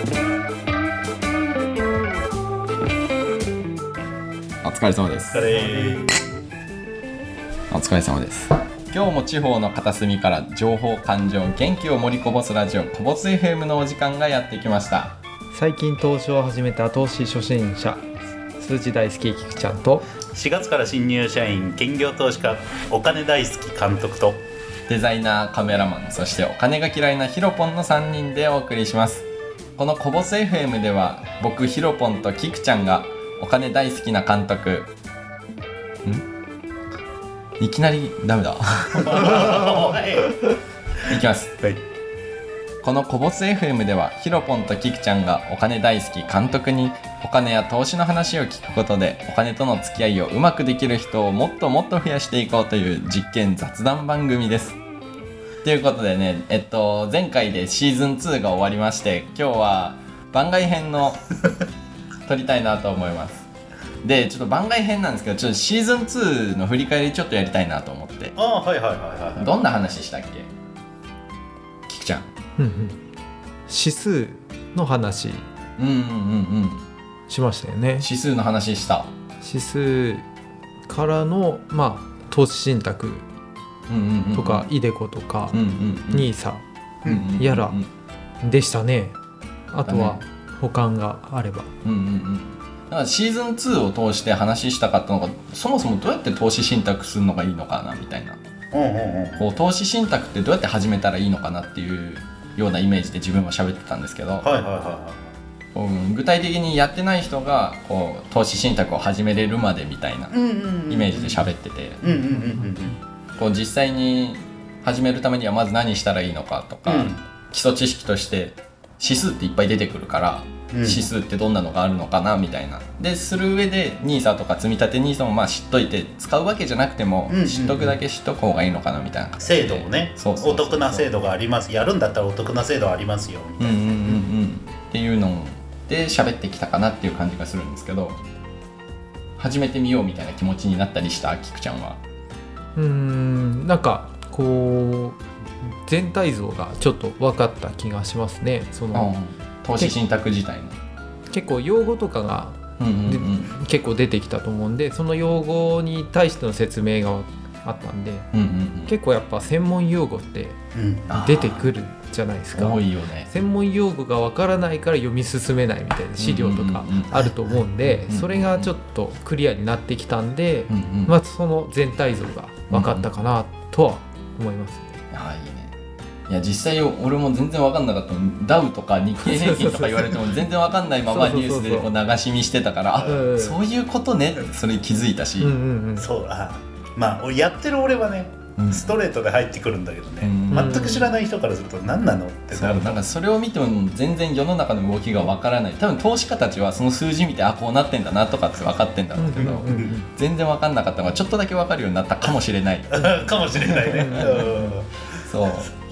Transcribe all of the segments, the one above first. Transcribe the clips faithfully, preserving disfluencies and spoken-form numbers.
お疲れ様です。お疲れ様です。今日も地方の片隅から情報、感情、元気を盛りこぼすラジオこぼす エフエム のお時間がやってきました。 最近投資を始めた投資初心者数字大好きキクちゃんと、 しがつから新入社員兼業投資家お金大好き監督と、 デザイナー、カメラマン、そしてお金が嫌いなヒロポンのさんにんでお送りします。このこぼす エフエム では僕ヒロポンとキクちゃんがお金大好きな監督んいきなりダメだいきます、はい、このこぼす エフエム ではヒロポンとキクちゃんがお金大好き監督にお金や投資の話を聞くことでお金との付き合いをうまくできる人をもっともっと増やしていこうという実験雑談番組です。ということでね、えっと前回でシーズンツーが終わりまして、今日は番外編の撮りたいなと思います。でちょっと番外編なんですけど、ちょっとシーズンツーの振り返りちょっとやりたいなと思って。 ああ、はいはいはいはい。 どんな話したっけ、キクちゃん。 うんうん、指数の話うんうんうんうんしましたよね。 指数の話した。 指数からのまあ投資信託とか、イデコとか、ニーサやらでしたね。あとは保管があれば、 うんうんうん、だからシーズンツーを通して話したかったのが、そもそもどうやって投資信託するのがいいのかなみたいな、うんうんうん、こう投資信託ってどうやって始めたらいいのかなっていうようなイメージで自分は喋ってたんですけど、はいはいはいはい、うん、具体的にやってない人がこう投資信託を始めれるまでみたいなイメージで喋ってて、こう実際に始めるためにはまず何したらいいのかとか、うん、基礎知識として指数っていっぱい出てくるから、うん、指数ってどんなのがあるのかなみたいなでする上で ニーサ とか積み立て ニーサ もまあ知っといて、使うわけじゃなくても、うんうんうん、知っとくだけ知っとく方がいいのかなみたいな制度もね、そうそうそうそう、お得な制度があります、やるんだったらお得な制度ありますよみたいな、うんうんうんうん、 っていうので喋ってきたかなっていう感じがするんですけど、始めてみようみたいな気持ちになったりした？キクちゃんは。 うーん、なんかこう全体像がちょっと分かった気がしますね。その、うん、 投資信託自体の結構用語とかが、うんうんうん、結構出てきたと思うんで、その用語に対しての説明があったんで、うんうんうん、結構やっぱ専門用語って出てくるじゃないですか、うん、 多いよね。 専門用語が分からないから読み進めないみたいな資料とかあると思うんで、うんうんうん、それがちょっとクリアになってきたんで、うんうん、まあ、その全体像が分かったかなとは思いますね。 あ、いいね。いや実際俺も全然分かんなかったの。ダウとか日経平均とか言われても全然分かんないままニュースで流し見してたから、あ、そういうことねってそれに気づいたし、うんうんうん、 そう、あ、まあやってる俺はね、うん、ストレートで入ってくるんだけどね、うん、全く知らない人からすると何なのってなる。 そう、なんかそれを見ても全然世の中の動きが分からない。多分投資家たちはその数字見て、あ、こうなってんだなとかって分かってんだろうけど、うんうんうん、全然分かんなかったのがちょっとだけ分かるようになったかもしれないかもしれないねそう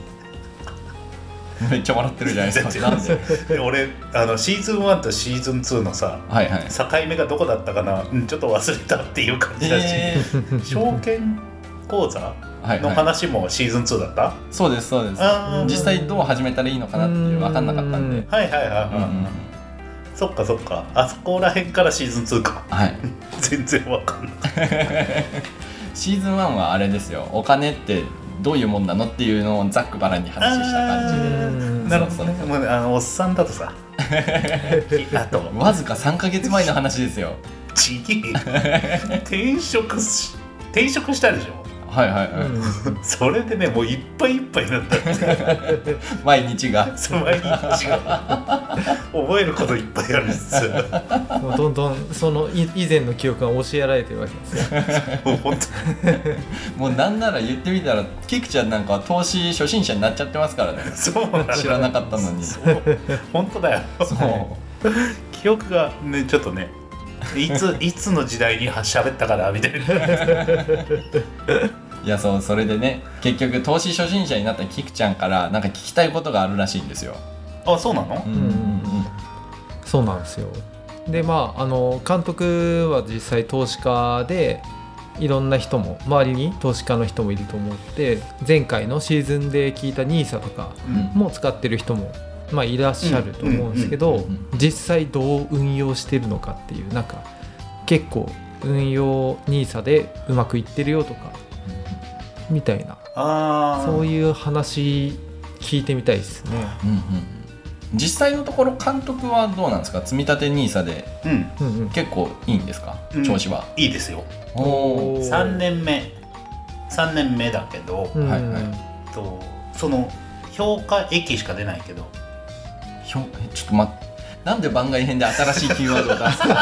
めっちゃ笑ってるじゃないですか。なんで俺あのシーズンワンとシーズンツーのさ、はいはい、境目がどこだったかな、うん、ちょっと忘れたっていう感じだし、えー、証券口座の話もシーズンツーだった？はいはい、 そうですそうです。実際どう始めたらいいのかなっていう分かんなかったんで、 はいはいはいはい、うんうん、そっかそっか、あそこら辺からシーズンツーか、はい、全然分かんないシーズンワンはあれですよ、お金ってどういうもんなのっていうのをざっくばらんに話した感じで。 なるほどね。もうあのおっさんだとさあとわずかさんかげつまえの話ですよ。 ちぎ転職し転職したでしょ。 はいはいはい、 うん、それでねもういっぱいいっぱいになった毎日がそう毎日が覚えることいっぱいあるんですよもうどんどんその以前の記憶が教えられてるわけですよもう本当にもうなんなら言ってみたらキクちゃんなんかは投資初心者になっちゃってますからね。 そうなんだ、 知らなかったのに。 そう本当だよ。そう記憶がねちょっとねいついつの時代に喋ったかなみたいないやそう、それでね結局投資初心者になったキクちゃんからなんか聞きたいことがあるらしいんですよ。 あ、そうなの？ うんうんうん、そうなんですよ。でまああの監督は実際投資家でいろんな人も周りに投資家の人もいると思って、前回のシーズンで聞いたニーサとかも使ってる人もまあ、いらっしゃると思うんですけど、実際どう運用してるのかっていう、なんか結構運用 ニーサ でうまくいってるよとかみたいな、あそういう話聞いてみたいですね。うんうん、 実際のところ監督はどうなんですか？積み立て ニーサ で、うん、結構いいんですか、うん、調子は。 いいですよ。おさんねんめさんねんめだけど、うんはいはい、とその評価益しか出ないけど、 ちょっと待って、なんで番外編で新しいキーワードを出すか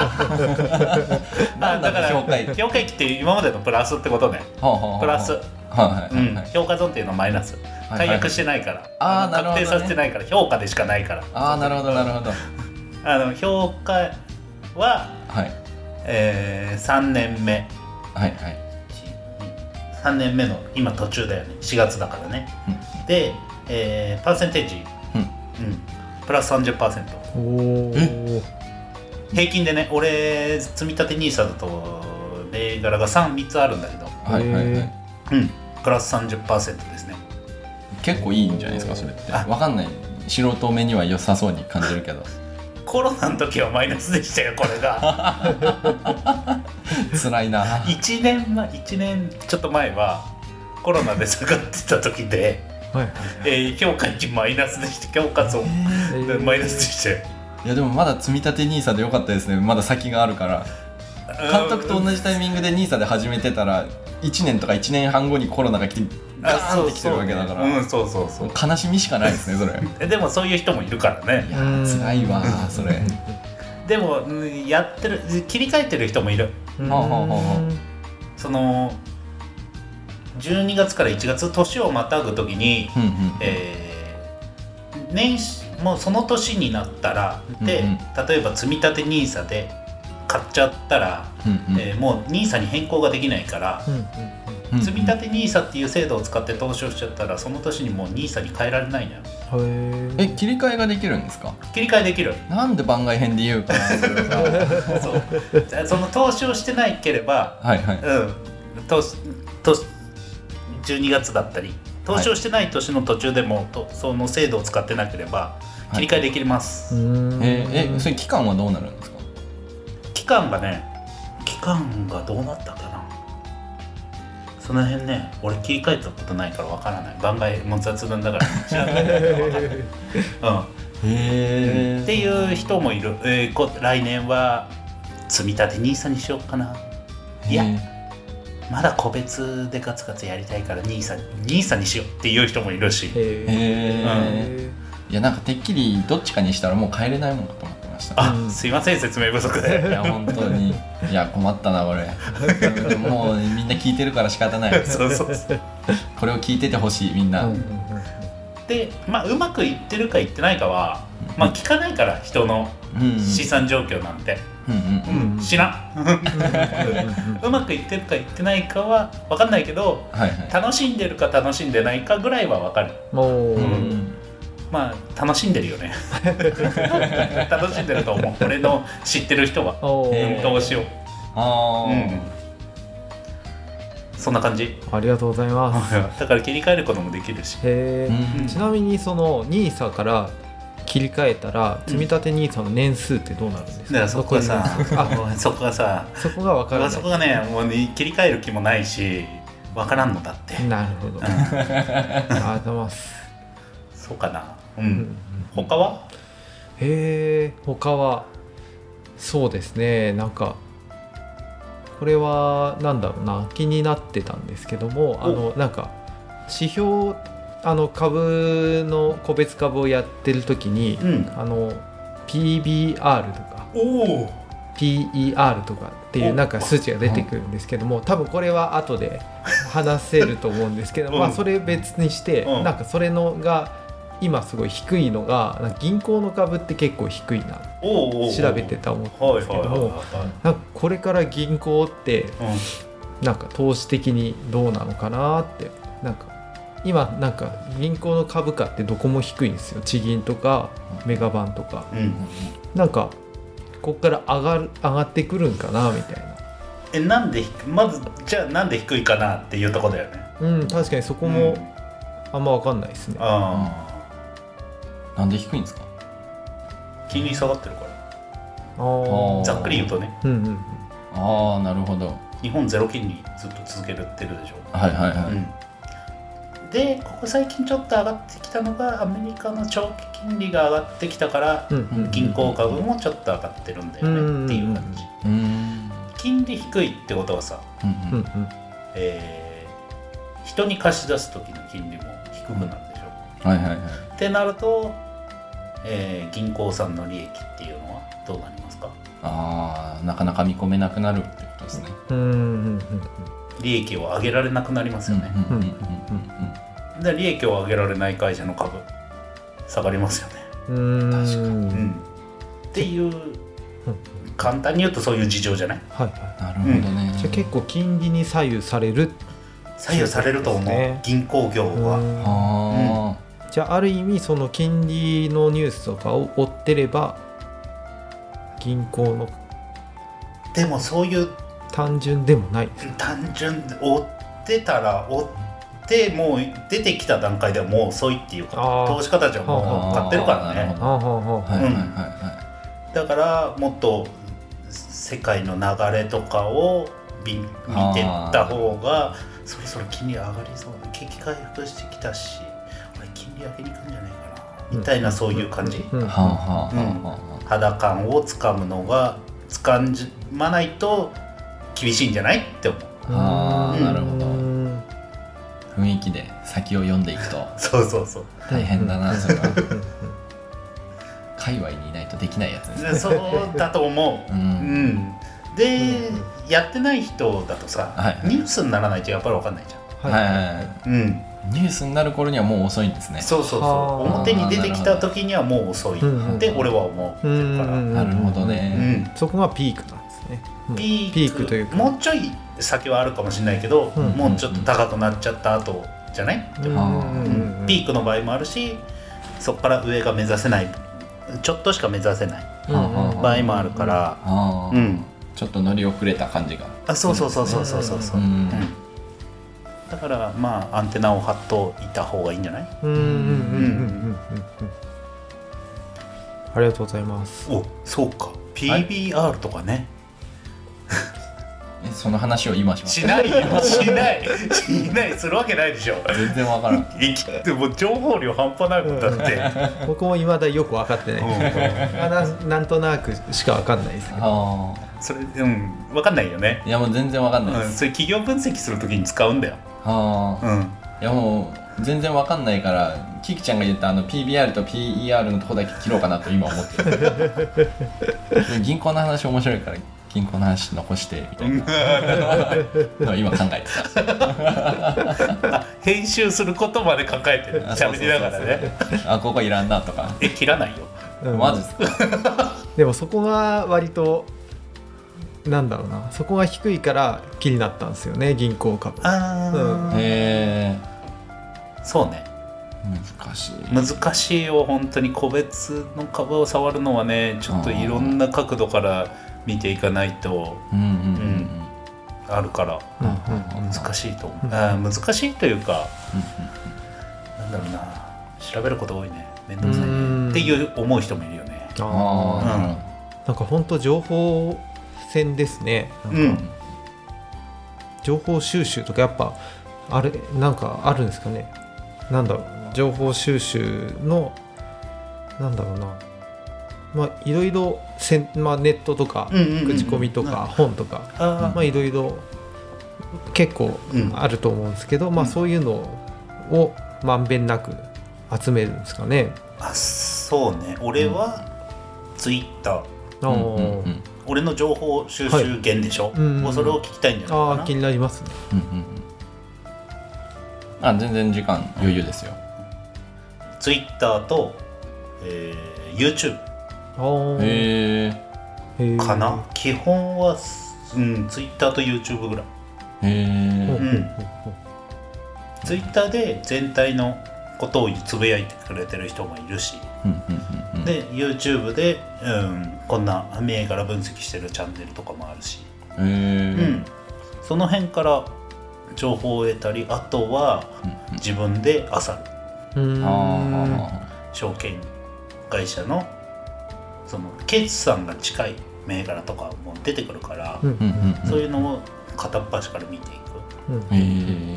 な。 なんだから評価益評価益って今までのプラスってことね。プラス、はいはいはいはい、うん、評価損っていうのはマイナス、解約してないから、はいはいはい、あ確定させてないから、評価でしかないから。 ああなるほどなるほど。 あの評価は、はいえー、さんねんめ、はいはい、さんねんめの今途中だよね、しがつだからね、うん、で、えー、パーセンテージ、うんうん、プラス さんじゅっパーセント。 おー平均でね、俺積み立て ニーサ だと銘柄が さん, みっつあるんだけど、はいはいはい、うん、プラス さんじゅっパーセント ですね。 結構いいんじゃないですかそれって。分かんない、素人目には良さそうに感じるけどコロナの時はマイナスでしたよこれが辛いないちねんまえいちねんちょっと前はコロナで下がってた時で、はいえー、評価益マイナスでして、評価損、えー、マイナスでして、 いやでもまだ積み立て ニーサ でよかったですね。まだ先があるから。監督と同じタイミングで ニーサ で始めてたらいちねんとかいちねんはん後にコロナが来てガーンって来てるわけだから、うん、そうそうそう、悲しみしかないですねそれでもそういう人もいるからね。 いや辛いわそれでもやってる、切り替えてる人もいる。そのじゅうにがつからいちがつ、年をまたぐ時に、うんうんえー、年もうその年になったらで、うんうん、例えば積み立て ニーサ で買っちゃったら、うんうんえー、もう ニーサ に変更ができないから、うんうん、積み立て ニーサ っていう制度を使って投資をしちゃったら、その年にもう ニーサ に変えられないのよ。 へえ、切り替えができるんですか？ 切り替えできる。 なんで番外編で言うかなそれがそうその投資をしてないければ、はいはいうん、ととじゅうにがつだったり投資をしてない年の途中でも、はい、その制度を使ってなければ切り替えできます、はいえー、えそれ期間はどうなるんですか？ 期間がね期間がどうなったかな、その辺ね俺切り替えたことないからわからない。番外も雑談だから知らないからわからない、うんへーっていう人もいる、えー、こ来年は積み立て ニーサ にしようかな。いやまだ個別でガツガツやりたいから ニーサ ニーサ にしようっていう人もいるし。へー、うん、いやなんかてっきりどっちかにしたらもう変えれないもんかと思ってました。 あ、うん、すいません説明不足で。 いや本当にいや困ったな俺もうみんな聞いてるから仕方ないそうそうそうこれを聞いててほしいみんな、うんうんうん、 で、まあ、うまくいってるかいってないかは、まあ、聞かないから人の資産状況なんて、うんうんうん、知らんうまくいってるかいってないかは分かんないけど、はいはい、楽しんでるか楽しんでないかぐらいは分かる。お、うん、まあ楽しんでるよね楽しんでると思う俺の知ってる人は投資を。あ、うん、そんな感じ。 ありがとうございますだから切り替えることもできるし。 へ、うん、ちなみにその ニーサ から切り替えたら積み立て ニーサ の年数ってどうなるんですか？だからそこがさそこがさそこが分からない。 そこがねもう切り替える気もないし分からんのだって。 なるほど、うん、ありがとうございます。 そうかな、うんうん、他は？ へえ、他はそうですね、なんかこれはなんだろうな、気になってたんですけども、あのなんか指標、あの株の個別株をやってる時に、うん、あの ピービーアール とかお ピーイーアール とかっていうなんか数値が出てくるんですけども、多分これは後で話せると思うんですけど、うん、まあそれ別にして、うん、なんかそれのが今すごい低いのが銀行の株って結構低いな調べてた思ったんですけども、なんかこれから銀行ってなんか投資的にどうなのかなって、なんか今なんか銀行の株価ってどこも低いんですよ。地銀とかメガバンとか、うん、なんかここから上がる上がってくるんかなみたいな。 え、なんでまずじゃあなんで低いかなっていうところだよね。 うん、確かにそこもあんま分かんないですね。うん、あなんで低いんですか？ 金利下がってるから。ざっくり言うとね、うんうん、 ああなるほど。 日本ゼロ金利ずっと続けるってるでしょ。 はいはいはい、うんでここ最近ちょっと上がってきたのがアメリカの長期金利が上がってきたから、うんうん、銀行株もちょっと上がってるんだよね、うんうん、っていう感じ、うん、金利低いってことはさ、うんうんえー、人に貸し出す時の金利も低くなるでしょ、はいはいはい、ってなると、えー、銀行さんの利益っていうのはどうなりますか？ あなかなか見込めなくなるってことですね。うんうんうん利益を上げられなくなりますよね。で利益を上げられない会社の株下がりますよね。 うん確かに、うん、 っていう簡単に言うとそういう事情じゃない？ はいはいなるほどね、 うん、じゃあ結構金利に左右される左右されると思う、ね、銀行業は、 うん、じゃあある意味その金利のニュースとかを追ってれば銀行のでもそういう単純でもない単純追ってたら追ってもう出てきた段階ではもう遅いっていうか投資家たちはもう買ってるからね。だからもっと世界の流れとかを見てった方がそろそろ金利上がりそうだ景気回復してきたし俺金利上げに行くんじゃないかなみたいなそういう感じ、うん、肌感をつかむのがつかまないと厳しいんじゃないって思う。 ああ、うん、なるほど。雰囲気で先を読んでいくとそうそうそう大変だなそれは界隈にいないとできないやつですね。 そうだと思う、うんうん、で、うん、やってない人だとさ、はいはい、ニュースにならないとやっぱり分かんないじゃん、はいはいはいうん、 ニュースになる頃にはもう遅いんですね。 そうそうそう表に出てきた時にはもう遅いって俺は思ってるから。 なるほどね、 うん、そこがピークなんですね。 ピーク、ピークというかもうちょい先はあるかもしれないけど、うん、もうちょっと高くなっちゃった後じゃない、うんうん、ピークの場合もあるしそこから上が目指せないちょっとしか目指せない場合もあるから、 うん、ちょっと乗り遅れた感じが、ね、 あそうそうそうそうそうそうそう、うんうん、だからまあアンテナを張っといた方がいいんじゃない？うんうんうんうんうんありがとうございます。 おそうか ピービーアール とかねその話を今します。 しないよしないしないするわけないでしょ。 全然わからん。 でも情報量半端ないもんだって。 僕も未だよく分かってない。な, なんとなくしか分かんないですけど。 それうん分かんないよね。 いやもう全然分かんないです。 うん、それ企業分析するときに使うんだよ。はあ。うん。いやもう全然分かんないからキキちゃんが言ったあの ピービーアール と ピーイーアール のとこだけ切ろうかなと今思ってる。銀行の話面白いから。銀行の話残してみたいな今考えてた編集することまで考えてる喋りながらねあここいらんなとかえ切らないよ、 うん、マジですかでもそこが割となんだろうなそこが低いから気になったんですよね銀行株。あ、 うん、へえそうね難しい難しいよ本当に個別の株を触るのはねちょっといろんな角度から見ていかないと、うんうんうんうん、あるから、うんうん、難しいと思う、うん、あ難しいというか、うんうん、なんだろうな調べること多いね面倒くさいねっていう思う人もいるよね。あ、 うん、なんか本当情報戦ですねなんか、うん、情報収集とかやっぱあれなんかあるんですかね。なんだろう情報収集のなんだろうなまあいろいろせん、まあ、ネットとか口コミとか本とか、まあいろいろ結構あると思うんですけど、まあそういうのをまんべんなく集めるんですかね。 あそうね俺はツイッター、うんうんうん、俺の情報収集源でしょ、はいうんうん、もうそれを聞きたいんじゃないかな。 あ気になりますね、うんうんうん、 あ全然時間余裕ですよ。 ツイッターと、えー、YouTubeへかな基本は、うん、ツイッターと YouTube ぐらい。へうん、ツイッターで全体のことをつぶやいてくれてる人もいるし、で YouTube で、うん、こんな銘柄分析してるチャンネルとかもあるし、うん、その辺から情報を得たりあとは自分で漁る、うん、証券会社のその決算が近い銘柄とかも出てくるから、うんうんうん、そういうのを片っ端から見ていく、うん、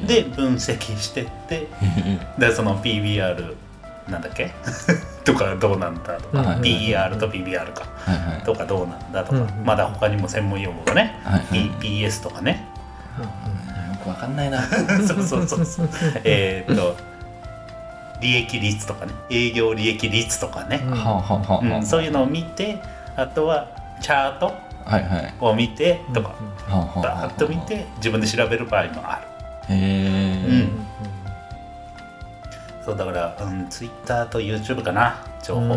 で分析してってでその ピービーアール なんだっけとかどうなんだとか、うん、ピーイーアール と ピービーアール か、はいはい、とかどうなんだとか、うん、まだ他にも専門用語がね、はいはい、イーピーエス とかね、 うん、よくわかんないなそうそうそうそうえーっと利益率とかね、営業利益率とかね、うんうん、そういうのを見て、あとはチャートを見てとか、はいはい、バーッと見て自分で調べる場合もある。へー、うん、そうだから、うん、Twitter と YouTube かな、情報。うん、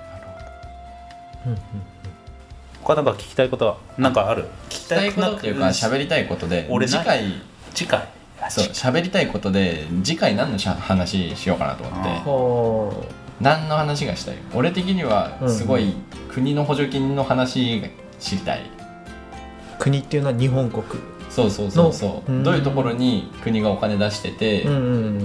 他なんか聞きたいことはなんかある？ 聞きたいことっていうか喋りたいことで、 俺次回次回そう喋りたいことで次回何の話しようかなと思って、何の話がしたい？俺的にはすごい国の補助金の話が知りたい。 国っていうのは日本国。 そうそうそうそう、どういうところに国がお金出してて、うんうん、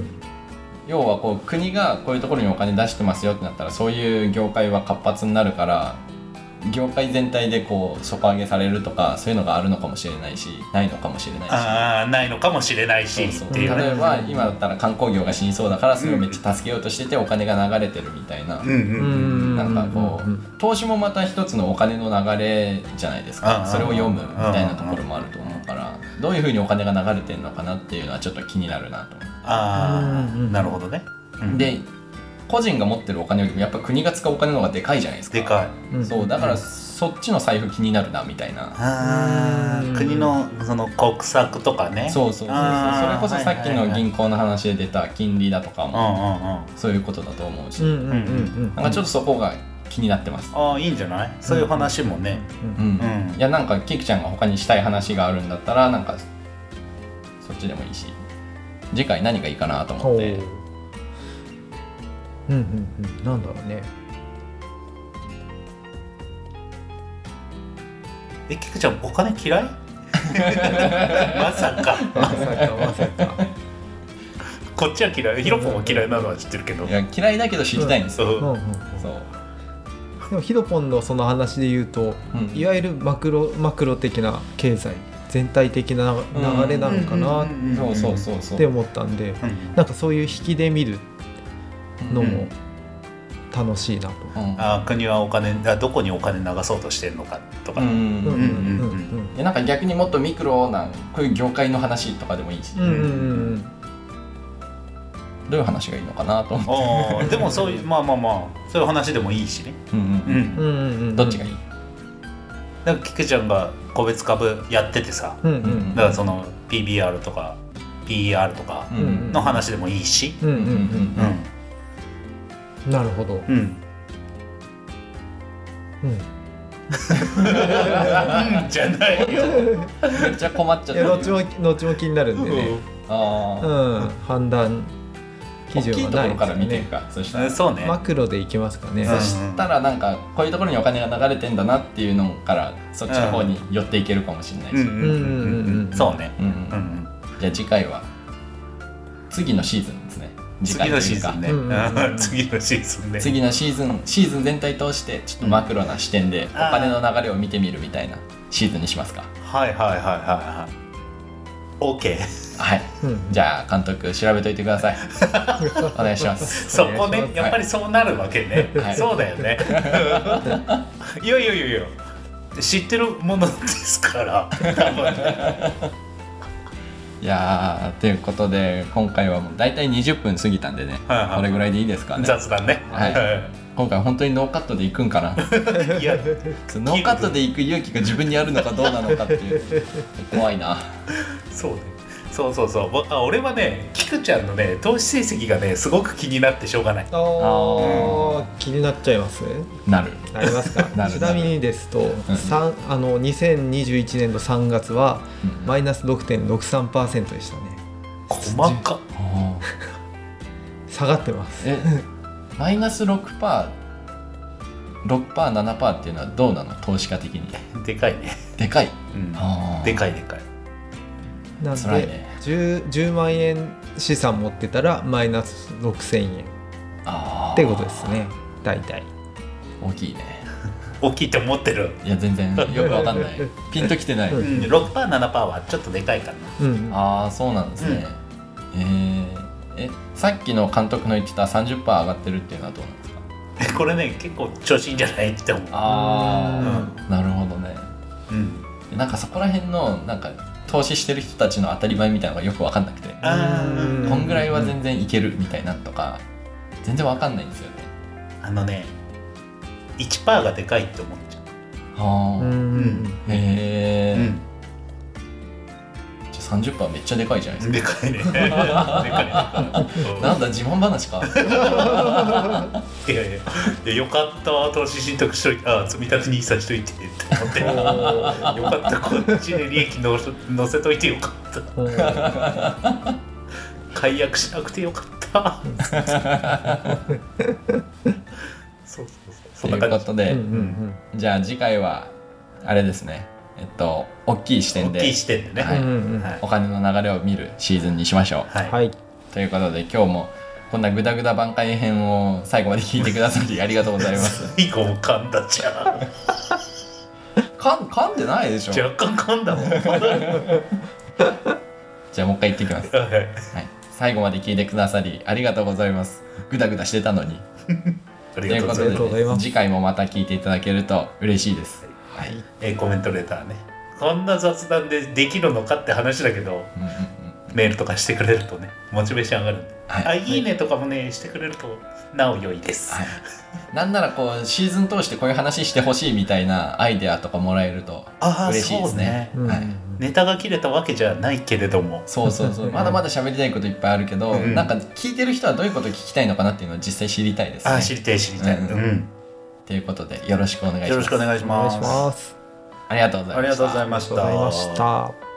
要はこう国がこういうところにお金出してますよってなったら、そういう業界は活発になるから、業界全体でこう底上げされるとか、そういうのがあるのかもしれないし、ないのかもしれないし、 あないのかもしれないし、 そうそうっていう、例えば今だったら観光業が死にそうだからそれをめっちゃ助けようとしててお金が流れてるみたいな、なんかこう投資もまた一つのお金の流れじゃないですか。それを読むみたいなところもあると思うから、どういうふうにお金が流れてるのかなっていうのはちょっと気になるなと思う。 ああ、なるほどね。 で個人が持ってるお金よりもやっぱ国が使うお金の方がでかいじゃないですか。 でかい。そうだからそっちの財布気になるなみたいな。 あ国のその国策とかね。 そうそうそうそう。それこそさっきの銀行の話で出た金利だとかもそういうことだと思うし、なんかちょっとそこが気になってます。 ああいいんじゃない？そういう話もね。 うん。うんうん、いやなんかキクちゃんが他にしたい話があるんだったらなんかそっちでもいいし、次回何がいいかなと思って。 うんうんうん、なんだろうね。 え、キクちゃんお金嫌い？まさかまさかまさかこっちは嫌い、ヒロポンは嫌いなのは知ってるけど、 いや嫌いだけど知りたいんですよ、うんうんうん、そうでもヒロポンのその話で言うと、うん、いわゆるマクロマクロ的な経済全体的な流れなのかなって思ったんで、なんかそういう引きで見るのも楽しいなと、 うん、あ国はお金どこにお金流そうとしてるのかとか、 なんか逆にもっとミクロなこういう業界の話とかでもいいし、うんうんうん、どういう話がいいのかなと思って。 でもそういうまあまあまあそういう話でもいいしね。 どっちがいい？ なんかキクちゃんが個別株やっててさ、うんうん、だからその ピービーアール とか ピーイーアール とかの話でもいいし、うんうんうんうんなるほど。うん。うん。 じゃないよ。 めっちゃ困っちゃった。 どっちもどっちも気になるんでね。ああ。うん。判断基準はないですね。大きいところから見ていくか。そしたらそうね。 マクロでいきますかね。 そしたらなんかこういうところにお金が流れてんだなっていうのからそっちの方に寄っていけるかもしれないし。うんうんうんうん。そうね。うんうん。 じゃあ次回は次のシーズンですね。 次のシーズンね、うんうん、次のシーズンね次のシーズンシーズン全体通してちょっとマクロな視点でお金の流れを見てみるみたいなシーズンにしますか。 はいはいはいはいはい OK はい、うん、じゃあ監督調べといてくださいお願いします。 そこねやっぱりそうなるわけね、はい、そうだよねいやいやいやいや知ってるものですから多分ねいやーということで今回はもう大体にじゅっぷん過ぎたんでね、はいはい、これぐらいでいいですかね。 雑談ね、 はい、今回本当にノーカットでいくんかないやノーカットでいく勇気が自分にあるのかどうなのかっていう怖いな。 そうねそうそうそうあ俺はねキクちゃんのね投資成績がねすごく気になってしょうがない。ああ気になっちゃいますなるなりますかなるちなみにですと、うん、あのにせんにじゅういちねんのさんがつはマイナス ろくてんろくさんパーセント でしたね。 細かっ下がってます。 えマイナス ろくパーセントろくパーセント ななパーセント っていうのはどうなの投資家的に。 でかいねでかい、 うん、でかいでかいなんで、ね、10, じゅうまんえん資産持ってたらマイナスろくせんえん。 あってことですね大体。 大きいね。 大きいって思ってる。 いや全然よくわかんないピンときてない、 うん、ろくパーセント ななパーセント はちょっとでかいかな、 うん、 ああそうなんですね、うん、えー、えさっきの監督の言ってた さんじゅっパーセント 上がってるっていうのはどうなんですか？これね結構調子いいんじゃないって思う。 ああ、うん、なるほどね、 うん、 なんかそこら辺のなんか投資してる人たちの当たり前みたいなのがよく分かんなくて、あこんぐらいは全然いけるみたいなとか全然分かんないんですよね。 あのね いちパーセント がでかいって思っちゃう。 はあ、うん、へえ、うん、じゃあ さんじゅっパーセント めっちゃでかいじゃないですか。 でかいねでかいねなんだ自慢話かいやいやいやよかった投資信託しといて、あ積み立て ニーサ しといてって思ってよかったこっちで利益の乗せといてよかった解約しなくてよかったそうそうそうということで、うんうんうん、じゃあ次回はあれですね、えっと大きい視点で大きい視点でね、 はい、うんうん、お金の流れを見るシーズンにしましょう。 はい、 ということで今日もこんなグダグダ挽回編を最後まで聞いてくださりありがとうございます。 最後も噛んだじゃん噛ん噛んでないでしょ。 若干噛んだもんじゃあもう一回言ってきます、はいはい、最後まで聞いてくださりありがとうございます。グダグダしてたのにありがとうございます。 ということで、ね、次回もまた聞いていただけると嬉しいです、 はいはい、えー、コメントレターねこんな雑談でできるのかって話だけど、うんうんうん、メールとかしてくれるとねモチベーション上がるんで、はい、あいいねとかもねしてくれるとなお良いです、はい、 なんならこうシーズン通してこういう話してほしいみたいなアイデアとかもらえると嬉しいですね。 そうね、はい、ネタが切れたわけじゃないけれどもそうそうそうまだまだ喋りたいこといっぱいあるけど、うん、なんか聞いてる人はどういうこと聞きたいのかなっていうのを実際知りたいですね。 あ知りたい知りたい、うんうん、 ということでよろしくお願いします。 よろしくお願いします。 ありがとうございました。 ありがとうございました。